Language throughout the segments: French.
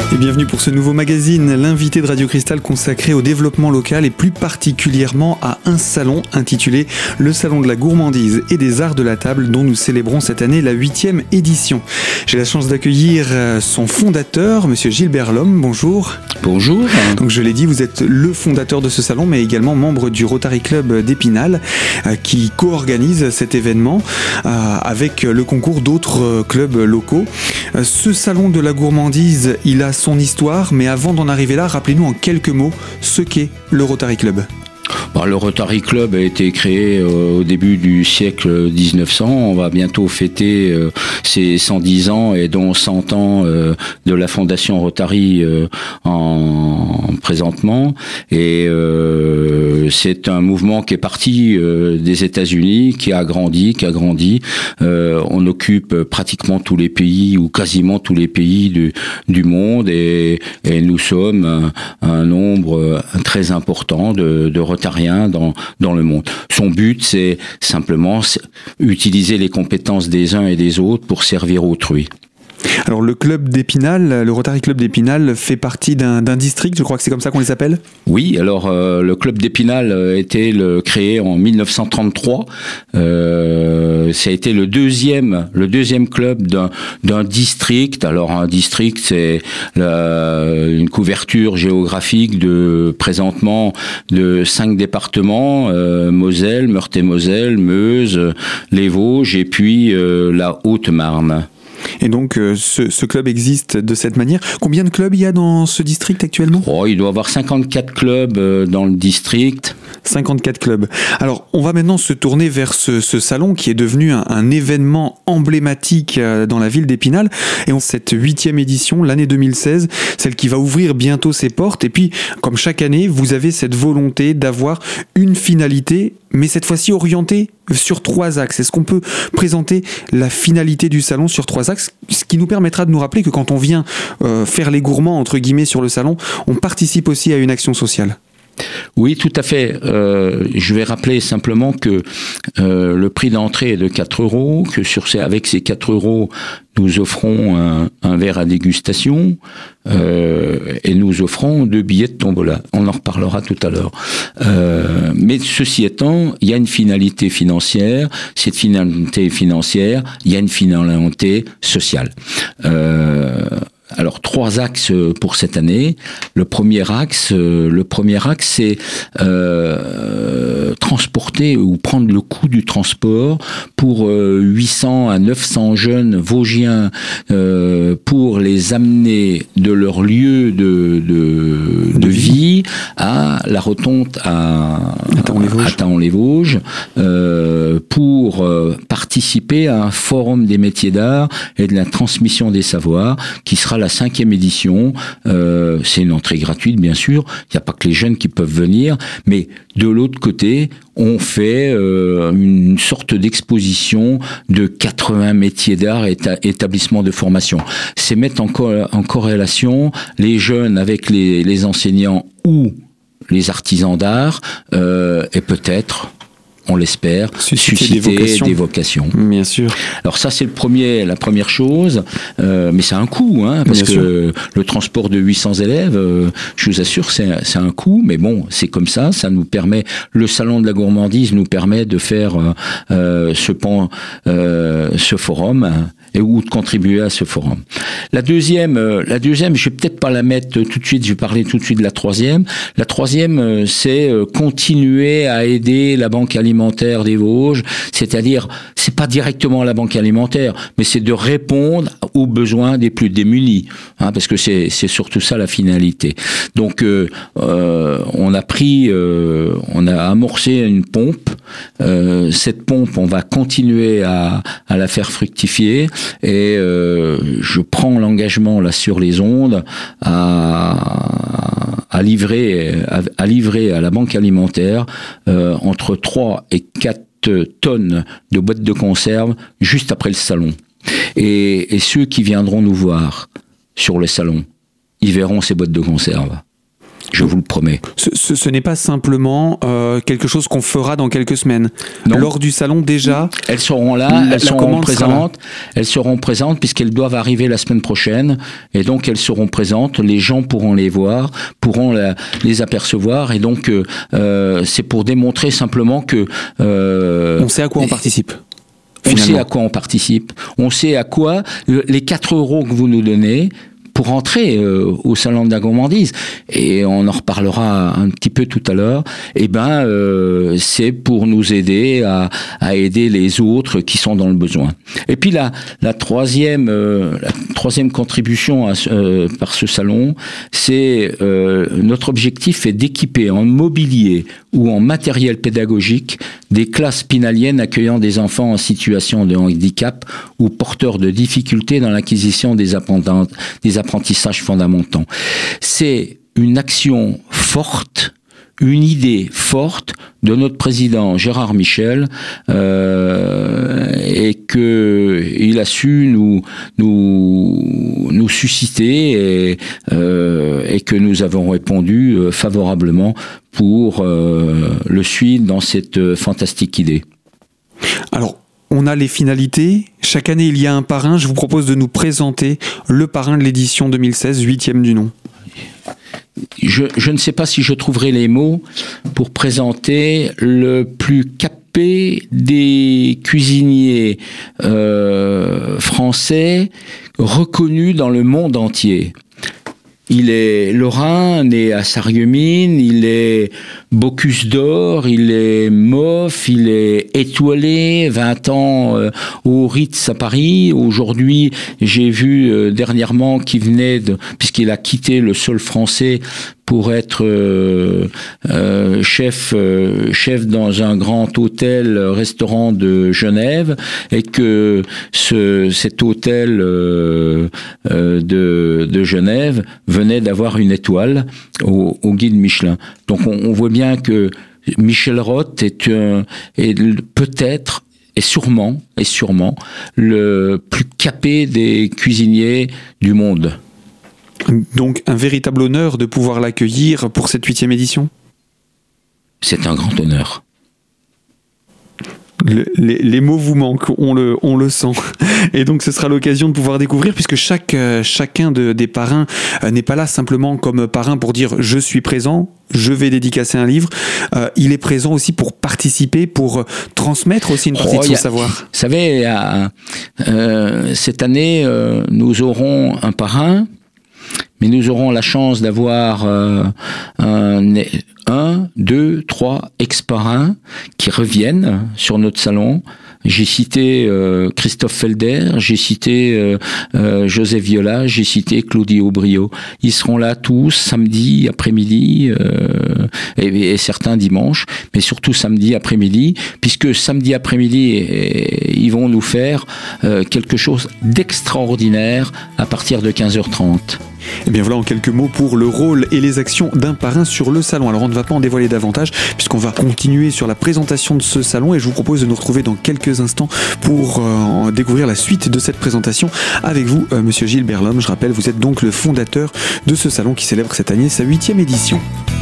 Et bienvenue pour ce nouveau magazine, l'invité de Radio Cristal consacré au développement local et plus particulièrement à un salon intitulé Le Salon de la Gourmandise et des Arts de la Table dont nous célébrons cette année la 8e édition. J'ai la chance d'accueillir son fondateur, Monsieur Gilbert Lhomme. Bonjour. Bonjour. Donc je l'ai dit, vous êtes le fondateur de ce salon mais également membre du Rotary Club d'Épinal qui co-organise cet événement avec le concours d'autres clubs locaux. Ce salon de la gourmandise, il a son histoire, mais avant d'en arriver là, rappelez-nous en quelques mots ce qu'est le Rotary Club. Le Rotary Club a été créé au début du siècle 1900. On va bientôt fêter ses 110 ans et dont 100 ans de la fondation Rotary présentement. Et c'est un mouvement qui est parti des États-Unis, qui a grandi. On occupe pratiquement tous les pays ou quasiment tous les pays du monde et nous sommes un nombre très important de Rotariens dans le monde. Son but, c'est simplement utiliser les compétences des uns et des autres pour servir autrui. Alors le club d'Épinal, le Rotary Club d'Épinal fait partie d'un district, je crois que c'est comme ça qu'on les appelle ? Oui, alors le club d'Épinal a été créé en 1933. Ça a été le deuxième club d'un district. Alors un district, c'est une couverture géographique présentement de 5 départements, Moselle, Meurthe-et-Moselle, Meuse, les Vosges et puis la Haute-Marne. Et donc, ce club existe de cette manière. Combien de clubs il y a dans ce district actuellement ? Il doit y avoir 54 clubs dans le district. 54 clubs. Alors, on va maintenant se tourner vers ce salon qui est devenu un événement emblématique dans la ville d'Épinal. Et cette 8e édition, l'année 2016, celle qui va ouvrir bientôt ses portes. Et puis, comme chaque année, vous avez cette volonté d'avoir une finalité, mais cette fois-ci orientée sur 3 axes. Est-ce qu'on peut présenter la finalité du salon sur 3 axes, ce qui nous permettra de nous rappeler que quand on vient faire les gourmands, entre guillemets, sur le salon, on participe aussi à une action sociale ? Oui, tout à fait. Je vais rappeler simplement que le prix d'entrée est de 4 €, que avec ces 4 €, nous offrons un verre à dégustation et nous offrons 2 billets de tombola. On en reparlera tout à l'heure. Mais ceci étant, il y a une finalité financière. Cette finalité financière, il y a une finalité sociale. Alors 3 axes pour cette année. Le premier axe, c'est transporter ou prendre le coût du transport pour 800 à 900 jeunes Vosgiens pour les amener de leur lieu de vie à la Rotonde à Thaon-les-Vosges pour participer à un forum des métiers d'art et de la transmission des savoirs qui sera la 5e édition. C'est une entrée gratuite, bien sûr. Il n'y a pas que les jeunes qui peuvent venir, mais de l'autre côté, on fait une sorte d'exposition de 80 métiers d'art et établissements de formation. C'est mettre en corrélation les jeunes avec les enseignants ou les artisans d'art et peut-être, on l'espère, susciter des vocations. Bien sûr. Alors ça, c'est la première chose, mais c'est un coût, parce que le transport de 800 élèves, je vous assure, c'est un coût, mais bon, c'est comme ça nous permet, le salon de la gourmandise nous permet de faire ce forum, ou de contribuer à ce forum. La deuxième, je vais peut-être pas la mettre tout de suite, je vais parler tout de suite de la troisième. La troisième, c'est continuer à aider la Banque alimentaire des Vosges, c'est-à-dire, c'est pas directement la Banque alimentaire, mais c'est de répondre aux besoins des plus démunis, parce que c'est surtout ça la finalité. Donc, on a amorcé une pompe. Cette pompe, on va continuer à la faire fructifier. Et je prends l'engagement là sur les ondes à livrer à la Banque alimentaire entre 3 et 4 tonnes de boîtes de conserve juste après le salon. Et ceux qui viendront nous voir sur le salon, ils verront ces boîtes de conserve. je vous le promets. Ce n'est pas simplement quelque chose qu'on fera dans quelques semaines. Non. Lors du salon, déjà, elles seront là, elles seront présentes puisqu'elles doivent arriver la semaine prochaine, et donc elles seront présentes, les gens pourront les voir, pourront les apercevoir, et donc c'est pour démontrer simplement que... on sait à quoi on participe. On sait à quoi on participe, on sait à quoi les 4 € que vous nous donnez pour entrer au salon de la gourmandise, et on en reparlera un petit peu tout à l'heure, c'est pour nous aider à aider les autres qui sont dans le besoin. Et puis la troisième contribution par ce salon, c'est notre objectif est d'équiper en mobilier ou en matériel pédagogique des classes pinaliennes accueillant des enfants en situation de handicap ou porteurs de difficultés dans l'acquisition des apprentissages fondamentaux. C'est une action forte, une idée forte de notre président Gérard Michel, et que il a su nous susciter, et que nous avons répondu favorablement pour le suivre dans cette fantastique idée. Alors, on a les finalités. Chaque année, il y a un parrain. Je vous propose de nous présenter le parrain de l'édition 2016, 8e du nom. Je ne sais pas si je trouverai les mots pour présenter le plus capé des cuisiniers français reconnus dans le monde entier. Il est lorrain, né à Sarreguemines, il est Bocuse d'Or, il est MOF, il est étoilé, 20 ans au Ritz à Paris. Aujourd'hui, j'ai vu dernièrement qu'il venait puisqu'il a quitté le sol français pour être chef dans un grand hôtel-restaurant de Genève, et que cet hôtel de Genève venait d'avoir une étoile au guide Michelin. Donc on voit bien que Michel Roth est peut-être et sûrement le plus capé des cuisiniers du monde. Donc un véritable honneur de pouvoir l'accueillir pour cette 8e édition. C'est un grand honneur. Les mots vous manquent, on le sent. Et donc ce sera l'occasion de pouvoir découvrir, puisque chacun des parrains n'est pas là simplement comme parrain pour dire je suis présent, je vais dédicacer un livre. Il est présent aussi pour participer, pour transmettre aussi une partie de son savoir. Vous savez, cette année, nous aurons un parrain, mais nous aurons la chance d'avoir 1, 2, 3 ex-parrains qui reviennent sur notre salon. J'ai cité Christophe Felder, j'ai cité Joseph Viola, j'ai cité Claudie Aubrio. Ils seront là tous samedi après-midi, et certains dimanche, mais surtout samedi après-midi, puisque samedi après-midi, ils vont nous faire quelque chose d'extraordinaire à partir de 15h30. Et bien voilà en quelques mots pour le rôle et les actions d'un parrain sur le salon. Alors on ne va pas en dévoiler davantage puisqu'on va continuer sur la présentation de ce salon, et je vous propose de nous retrouver dans quelques instants pour découvrir la suite de cette présentation avec vous, monsieur Gilbert Lhomme. Je rappelle, vous êtes donc le fondateur de ce salon qui célèbre cette année sa 8e édition.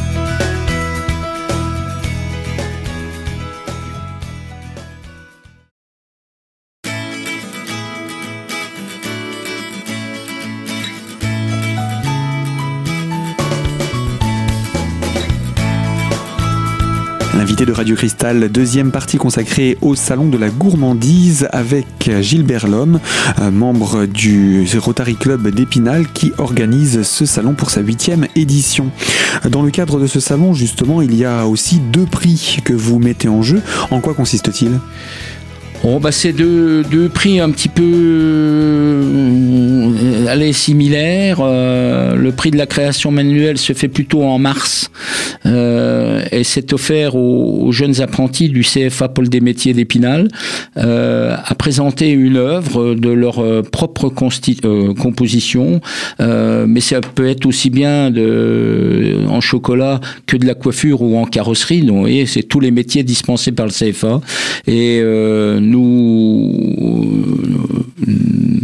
L'invité de Radio Cristal, deuxième partie consacrée au Salon de la Gourmandise avec Gilbert Lhomme, membre du Rotary Club d'Épinal qui organise ce salon pour sa 8e édition. Dans le cadre de ce salon, justement, il y a aussi 2 prix que vous mettez en jeu. En quoi consiste-t-il ? C'est deux prix un petit peu similaires. Le prix de la création manuelle se fait plutôt en mars, et c'est offert aux jeunes apprentis du CFA Pôle des métiers d'Épinal à présenter une œuvre de leur propre composition, mais ça peut être aussi bien en chocolat que de la coiffure ou en carrosserie. Donc, vous voyez, c'est tous les métiers dispensés par le CFA, et nous,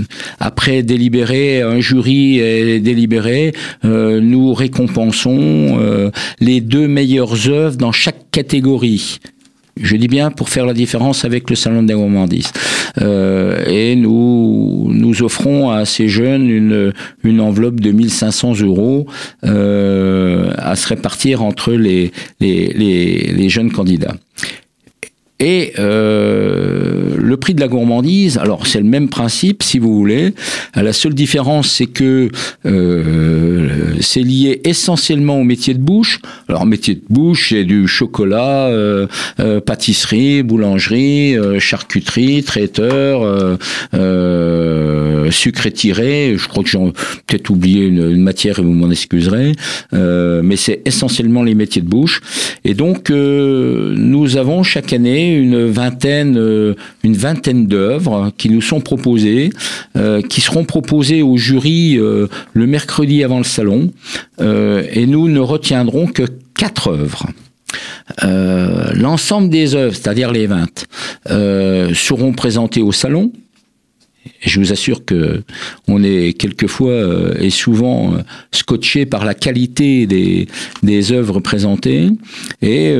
après délibéré, un jury est délibéré, nous récompensons les 2 meilleures œuvres dans chaque catégorie. Je dis bien pour faire la différence avec le Salon de la gourmandise. Et nous offrons à ces jeunes une enveloppe de 1 500 € à se répartir entre les jeunes candidats. Et le prix de la gourmandise, alors c'est le même principe si vous voulez. La seule différence, c'est que c'est lié essentiellement au métier de bouche. Alors métier de bouche, c'est du chocolat, pâtisserie, boulangerie, charcuterie, traiteur, sucre étiré. Je crois que j'ai peut-être oublié une matière et vous m'en excuserez. Mais c'est essentiellement les métiers de bouche. Et donc nous avons chaque année une vingtaine d'œuvres qui nous sont proposées, qui seront proposées au jury le mercredi avant le salon, et nous ne retiendrons que 4 œuvres. L'ensemble des œuvres, c'est-à-dire les 20, seront présentées au salon. Je vous assure que on est quelquefois et souvent scotché par la qualité des œuvres présentées et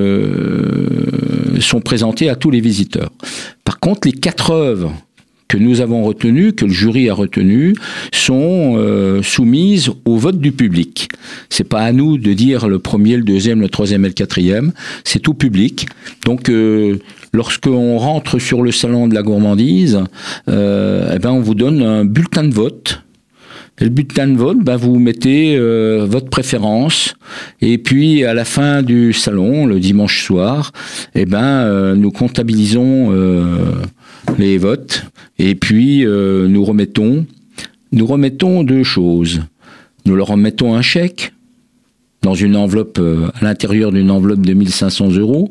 sont présentées à tous les visiteurs. Par contre, les 4 œuvres que nous avons retenues, que le jury a retenues, sont soumises au vote du public. C'est pas à nous de dire le premier, le deuxième, le troisième et le quatrième. C'est tout public. Donc lorsqu'on rentre sur le salon de la gourmandise, on vous donne un bulletin de vote. Et le bulletin de vote, vous mettez votre préférence. Et puis, à la fin du salon, le dimanche soir, nous comptabilisons les votes. Et puis, nous remettons 2 choses. Nous leur remettons un chèque dans une enveloppe, à l'intérieur d'une enveloppe de 1 500 €.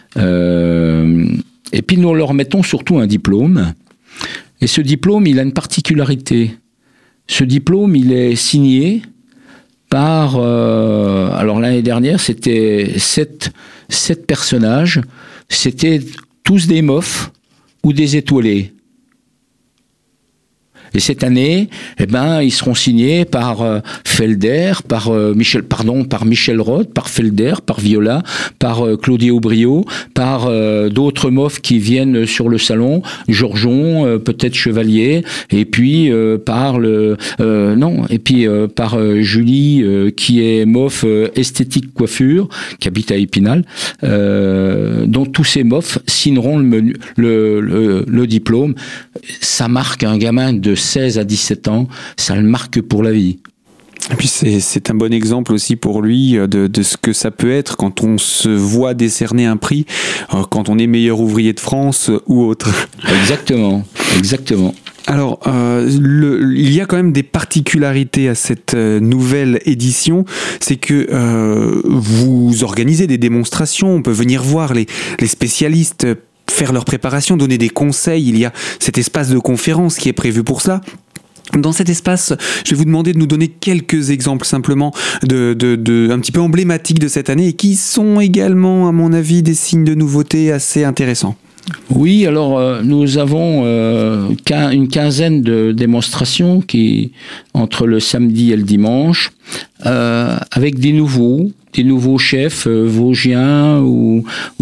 Et puis nous leur mettons surtout un diplôme. Et ce diplôme, il a une particularité. Ce diplôme, il est signé par... alors l'année dernière, c'était 7 personnages. C'était tous des mofs ou des étoilés. Et cette année, ils seront signés par Felder, par Michel Roth, par Felder, par Viola, par Claudia Aubrio, par d'autres mofs qui viennent sur le salon, Georgeon, peut-être Chevalier, et puis par Julie qui est mof esthétique coiffure, qui habite à Épinal. Donc tous ces mofs signeront le diplôme. Ça marque un gamin de 16 à 17 ans, ça le marque pour la vie. Et puis c'est un bon exemple aussi pour lui de ce que ça peut être quand on se voit décerner un prix, quand on est meilleur ouvrier de France ou autre. Exactement. Alors, il y a quand même des particularités à cette nouvelle édition, c'est que vous organisez des démonstrations, on peut venir voir les spécialistes faire leur préparation, donner des conseils. Il y a cet espace de conférence qui est prévu pour cela. Dans cet espace, je vais vous demander de nous donner quelques exemples simplement de un petit peu emblématiques de cette année et qui sont également, à mon avis, des signes de nouveauté assez intéressants. Oui, alors nous avons une quinzaine de démonstrations entre le samedi et le dimanche, avec des nouveaux chefs vosgiens ou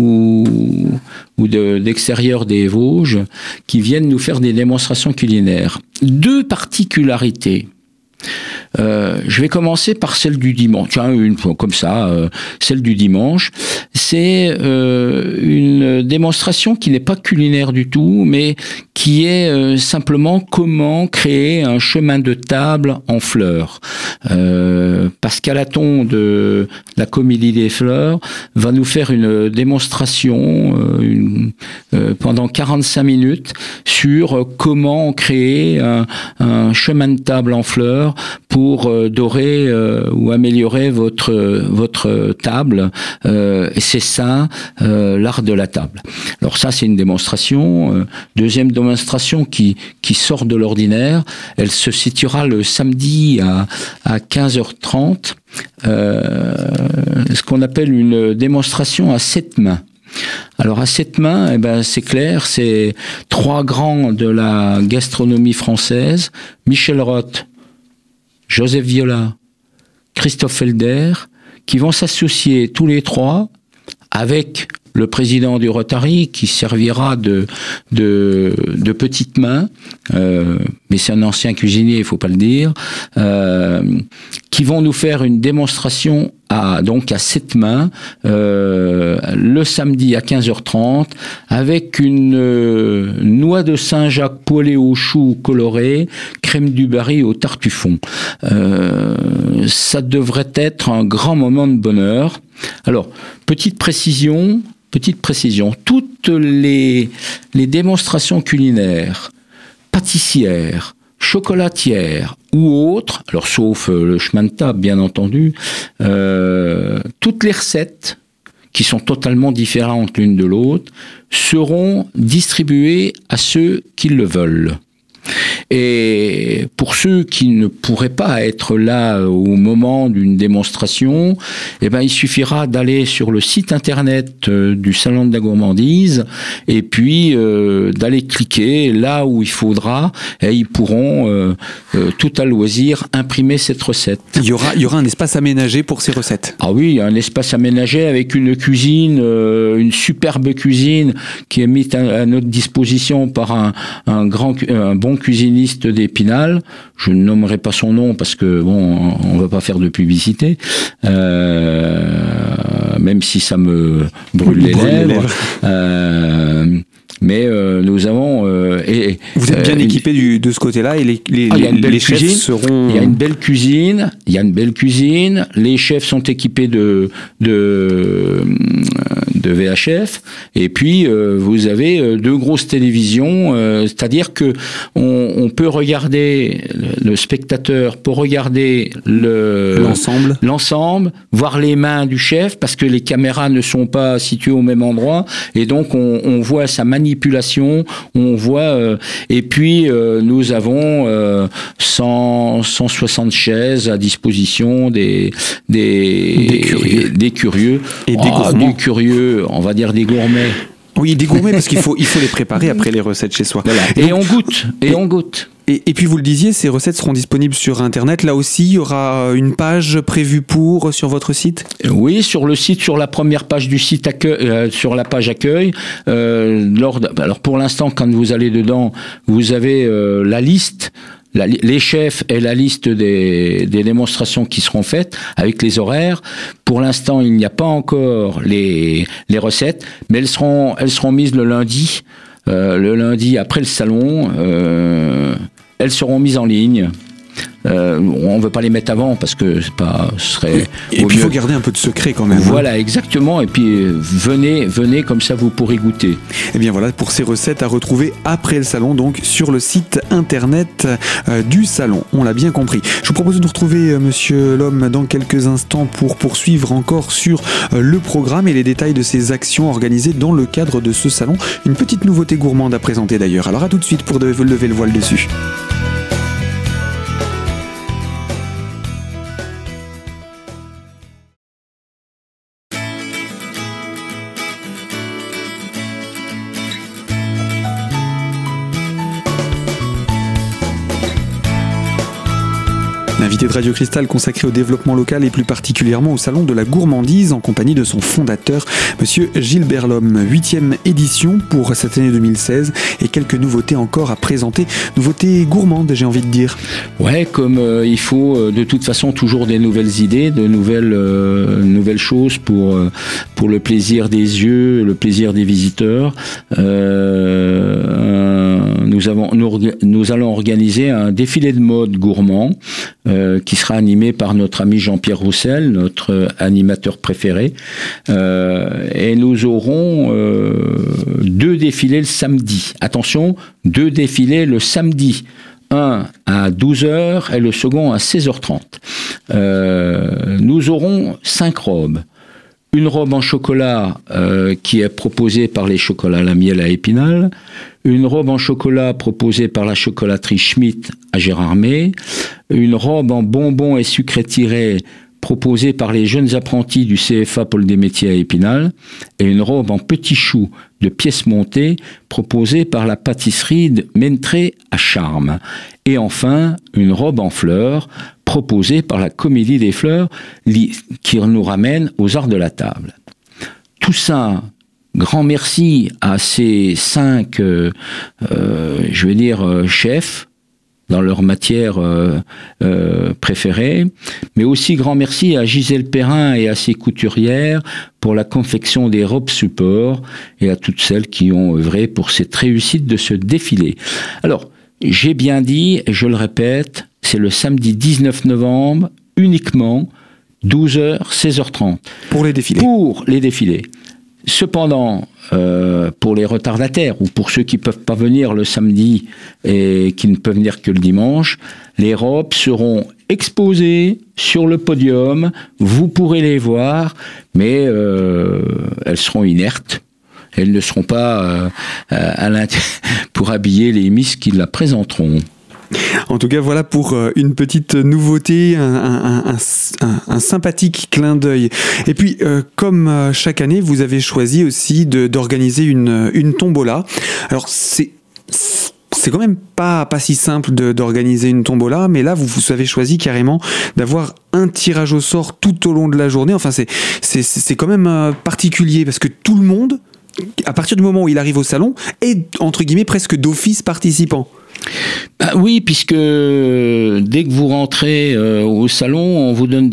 d'extérieur des Vosges qui viennent nous faire des démonstrations culinaires. 2 particularités. Je vais commencer par celle du dimanche. Tiens, une fois comme ça, celle du dimanche. C'est une démonstration qui n'est pas culinaire du tout, mais qui est simplement comment créer un chemin de table en fleurs. Pascal Hatton de la Comédie des Fleurs va nous faire une démonstration pendant 45 minutes sur comment créer un chemin de table en fleurs pour dorer ou améliorer votre table. Et c'est ça, l'art de la table. Alors ça, c'est une démonstration. Deuxième démonstration qui sort de l'ordinaire. Elle se situera le samedi à 15h30. Ce qu'on appelle une démonstration à 7 mains. Alors à sept mains, eh ben, c'est clair, c'est 3 grands de la gastronomie française, Michel Roth, Joseph Viola, Christophe Felder, qui vont s'associer tous les 3 avec le président du Rotary, qui servira de petite main, mais c'est un ancien cuisinier, il faut pas le dire, qui vont nous faire une démonstration à 7 mains, le samedi à 15h30, avec une noix de Saint-Jacques poêlée au chou coloré, crème du Barry au tartufon. Ça devrait être un grand moment de bonheur. Alors, petite précision, toutes les démonstrations culinaires, pâtissières, chocolatières ou autres, alors sauf le chemin de table bien entendu, toutes les recettes qui sont totalement différentes l'une de l'autre seront distribuées à ceux qui le veulent. Et pour ceux qui ne pourraient pas être là au moment d'une démonstration, eh ben, il suffira d'aller sur le site internet du Salon de la Gourmandise et puis d'aller cliquer là où il faudra et ils pourront tout à loisir imprimer cette recette. Il y aura un espace aménagé pour ces recettes. Ah oui, il y a un espace aménagé avec une cuisine, une superbe cuisine qui est mise à notre disposition par un bon cuisinier d'Épinal. Je ne nommerai pas son nom parce que bon, on va pas faire de publicité, même si ça me brûle les lèvres. Mais nous avons... vous êtes bien équipé de ce côté-là et les chefs seront... Il y a une belle cuisine. Les chefs sont équipés de VHF. Et puis, vous avez 2 grosses télévisions. C'est-à-dire que on peut regarder, le spectateur peut regarder l'ensemble, voir les mains du chef, parce que les caméras ne sont pas situées au même endroit. Et donc, on voit sa manipulation, on voit... et puis, nous avons 160 chaises à disposition des curieux. Et des curieux, on va dire des gourmets. Oui, des gourmets, parce qu'il faut les préparer après les recettes chez soi. Voilà. Et on goûte. Et puis vous le disiez, ces recettes seront disponibles sur Internet. Là aussi, il y aura une page prévue sur votre site ? Oui, sur le site, sur la première page du site accueil, sur la page accueil. Alors pour l'instant, quand vous allez dedans, vous avez la liste. Les chefs et la liste des démonstrations qui seront faites avec les horaires. Pour l'instant, il n'y a pas encore les recettes, mais elles seront mises le lundi après le salon. Elles seront mises en ligne. On ne veut pas les mettre avant parce que ce serait... Et puis il faut garder un peu de secret quand même. Voilà, exactement. Et puis venez, comme ça vous pourrez goûter. Et bien voilà pour ces recettes à retrouver après le salon, donc sur le site internet du salon. On l'a bien compris. Je vous propose de nous retrouver Monsieur Lhomme dans quelques instants pour poursuivre encore sur le programme et les détails de ces actions organisées dans le cadre de ce salon. Une petite nouveauté gourmande à présenter d'ailleurs. Alors à tout de suite pour lever le voile dessus. L'invité de Radio Cristal consacré au développement local et plus particulièrement au Salon de la Gourmandise en compagnie de son fondateur, Monsieur Gilbert Lhomme. 8e édition pour cette année 2016 et quelques nouveautés encore à présenter. Nouveautés gourmandes, j'ai envie de dire. Ouais, comme il faut de toute façon toujours des nouvelles idées, de nouvelles choses pour le plaisir des yeux, le plaisir des visiteurs. Nous allons organiser un défilé de mode gourmand qui sera animé par notre ami Jean-Pierre Roussel, notre animateur préféré. Et nous aurons 2 défilés le samedi. Attention, 2 défilés le samedi. Un à 12h et le second à 16h30. Nous aurons 5 robes. Une robe en chocolat qui est proposée par les chocolats La Miel à Épinal. Une robe en chocolat proposée par la chocolaterie Schmitt à Gérardmer. Une robe en bonbons et sucré tiré proposée par les jeunes apprentis du CFA Paul Desmétiers à Épinal, et une robe en petits choux de pièces montées proposée par la pâtisserie de Mentré à Charmes. Et enfin, une robe en fleurs proposée par la Comédie des Fleurs qui nous ramène aux arts de la table. Tout ça, grand merci à ces 5, chefs dans leur matière préférée, mais aussi grand merci à Gisèle Perrin et à ses couturières pour la confection des robes support et à toutes celles qui ont œuvré pour cette réussite de ce défilé. Alors, j'ai bien dit, et je le répète, c'est le samedi 19 novembre, uniquement 12h, 16h30. Pour les défilés. Pour les défilés. Cependant, pour les retardataires ou pour ceux qui ne peuvent pas venir le samedi et qui ne peuvent venir que le dimanche, les robes seront exposées sur le podium. Vous pourrez les voir, mais elles seront inertes. Elles ne seront pas pour habiller les Miss qui la présenteront. En tout cas, voilà pour une petite nouveauté, un sympathique clin d'œil. Et puis, comme chaque année, vous avez choisi aussi d'organiser une tombola. Alors, c'est quand même pas si simple d'organiser une tombola, mais là, vous avez choisi carrément d'avoir un tirage au sort tout au long de la journée. Enfin, c'est quand même particulier parce que tout le monde, à partir du moment où il arrive au salon, est entre guillemets presque d'office participant. Oui, puisque dès que vous rentrez au salon, on vous les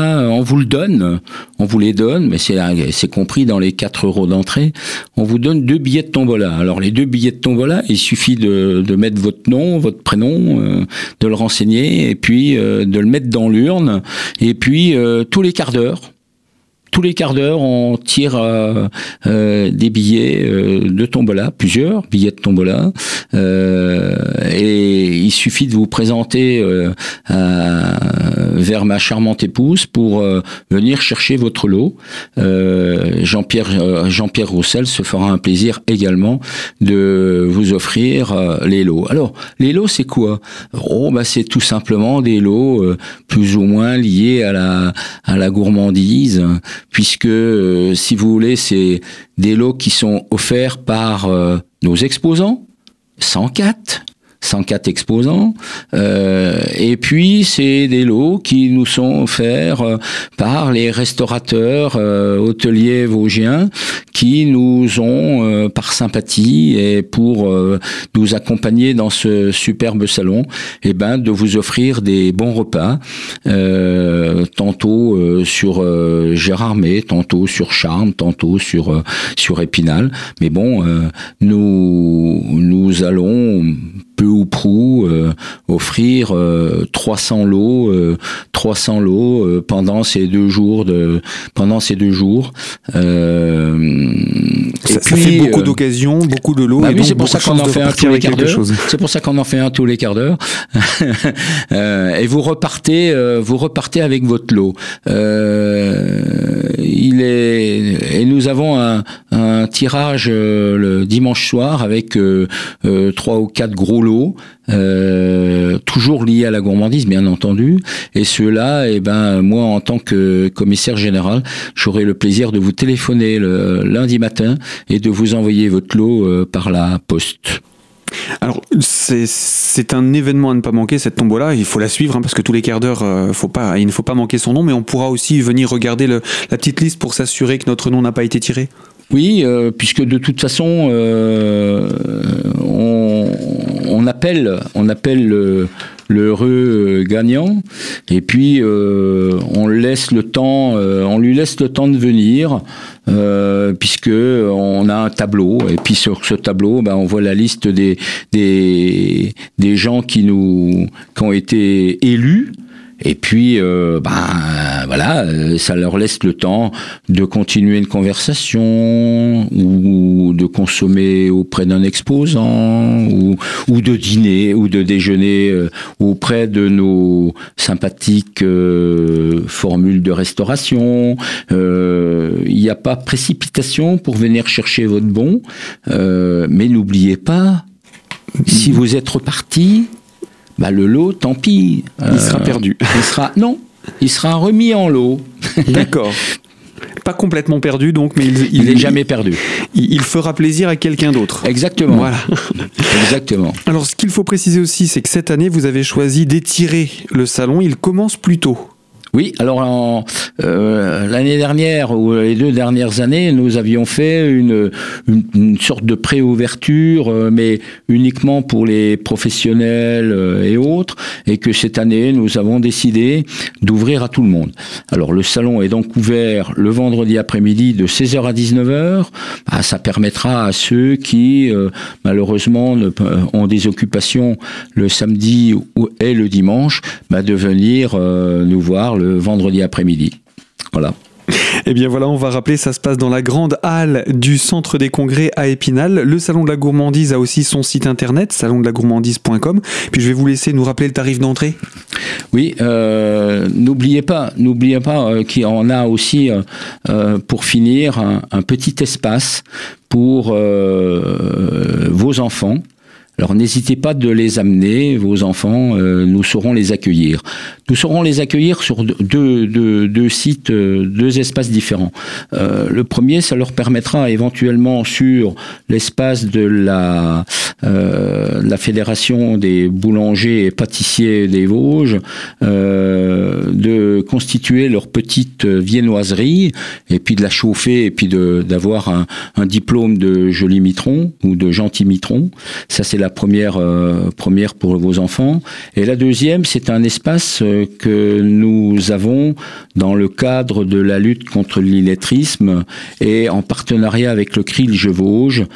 donne, mais c'est compris dans les 4 € d'entrée, on vous donne 2 billets de tombola. Alors les 2 billets de tombola, il suffit de mettre votre nom, votre prénom, de le renseigner, et puis de le mettre dans l'urne, et puis tous les quarts d'heure, on tire des billets de tombola, plusieurs billets de tombola, et il suffit de vous présenter vers ma charmante épouse pour venir chercher votre lot. Jean-Pierre Roussel se fera un plaisir également de vous offrir les lots. Alors, les lots, c'est quoi ? C'est tout simplement des lots plus ou moins liés à la gourmandise, puisque, si vous voulez, c'est des lots qui sont offerts par nos exposants, 104 exposants, et puis c'est des lots qui nous sont offerts par les restaurateurs hôteliers vosgiens qui nous ont, par sympathie et pour nous accompagner dans ce superbe salon, de vous offrir des bons repas, tantôt sur Gérardmer, tantôt sur Charmes, tantôt sur Épinal. Mais bon, nous allons peu ou prou offrir 300 lots pendant ces 2 jours ça fait beaucoup d'occasions, beaucoup de lots, et donc c'est pour ça qu'on en fait un tous les quarts d'heure. C'est pour ça qu'on en fait un tous les quarts d'heure. Et vous repartez avec votre lot. Et nous avons un tirage le dimanche soir avec 3 ou 4 gros lots, toujours liés à la gourmandise, bien entendu. Et ceux-là, moi, en tant que commissaire général, j'aurai le plaisir de vous téléphoner le lundi matin et de vous envoyer votre lot par la poste. Alors, c'est un événement à ne pas manquer, cette tombola. Il faut la suivre, parce que tous les quarts d'heure, il ne faut pas manquer son nom, mais on pourra aussi venir regarder la petite liste pour s'assurer que notre nom n'a pas été tiré. Oui, puisque de toute façon, on appelle le heureux gagnant, et puis on lui laisse le temps de venir, puisque on a un tableau, et puis sur ce tableau, on voit la liste des gens qui ont été élus. Et puis, ça leur laisse le temps de continuer une conversation, ou de consommer auprès d'un exposant, ou de dîner, ou de déjeuner auprès de nos sympathiques formules de restauration. Il n'y a pas précipitation pour venir chercher votre bon, mais n'oubliez pas, si vous êtes reparti, le lot, tant pis. Il sera perdu. Il sera remis en lot. D'accord. Pas complètement perdu, donc, mais il n'est jamais perdu. Il fera plaisir à quelqu'un d'autre. Exactement. Voilà. Exactement. Alors, ce qu'il faut préciser aussi, c'est que cette année, vous avez choisi d'étirer le salon. Il commence plus tôt. Oui, alors l'année dernière ou les 2 dernières années, nous avions fait une sorte de préouverture, mais uniquement pour les professionnels et autres, et que cette année, nous avons décidé d'ouvrir à tout le monde. Alors le salon est donc ouvert le vendredi après-midi de 16h à 19h. Ça permettra à ceux qui, malheureusement, ont des occupations le samedi et le dimanche, de venir nous voir le vendredi après-midi. Voilà. Eh bien voilà, on va rappeler, ça se passe dans la grande halle du Centre des Congrès à Épinal. Le Salon de la Gourmandise a aussi son site internet, salondelagourmandise.com. Puis je vais vous laisser nous rappeler le tarif d'entrée. Oui, n'oubliez pas qu'il y en a aussi, pour finir, un petit espace pour vos enfants. Alors n'hésitez pas de les amener, vos enfants, nous saurons les accueillir. Nous saurons les accueillir sur deux sites, 2 espaces différents. Le premier, ça leur permettra éventuellement sur l'espace de la Fédération des boulangers et pâtissiers des Vosges, de constituer leur petite viennoiserie et puis de la chauffer et puis d'avoir un diplôme de joli mitron ou de gentil mitron. Ça, c'est la première pour vos enfants. Et la deuxième, c'est un espace que nous avons dans le cadre de la lutte contre l'illettrisme et en partenariat avec le CRILGE Vosges.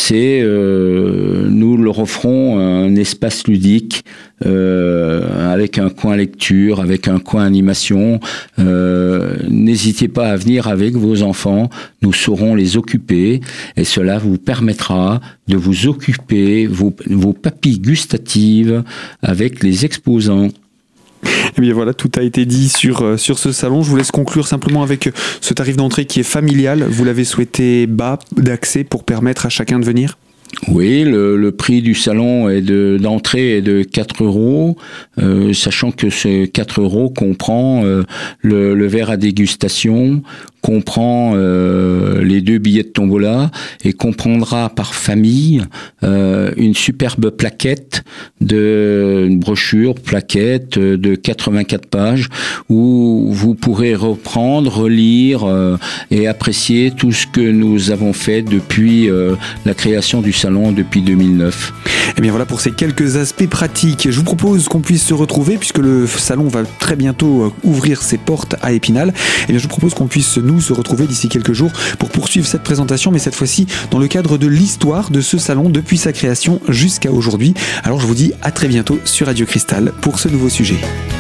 Nous leur offrons un espace ludique avec un coin lecture, avec un coin animation. N'hésitez pas à venir avec vos enfants, nous saurons les occuper et cela vous permettra de vous occuper vos papilles gustatives avec les exposants. Eh bien voilà, tout a été dit sur ce salon. Je vous laisse conclure simplement avec ce tarif d'entrée qui est familial. Vous l'avez souhaité bas d'accès pour permettre à chacun de venir ? Oui, le prix du salon d'entrée est de 4 €, sachant que ces 4 € comprend le verre à dégustation, comprend les 2 billets de tombola et comprendra par famille une superbe plaquette, une brochure plaquette de 84 pages où vous pourrez reprendre, relire et apprécier tout ce que nous avons fait depuis la création du salon depuis 2009. Et bien voilà pour ces quelques aspects pratiques. Je vous propose qu'on puisse se retrouver puisque le salon va très bientôt ouvrir ses portes à Épinal. Et bien je vous propose qu'on puisse nous se retrouver d'ici quelques jours pour poursuivre cette présentation, mais cette fois-ci dans le cadre de l'histoire de ce salon depuis sa création jusqu'à aujourd'hui. Alors je vous dis à très bientôt sur Radio Cristal pour ce nouveau sujet.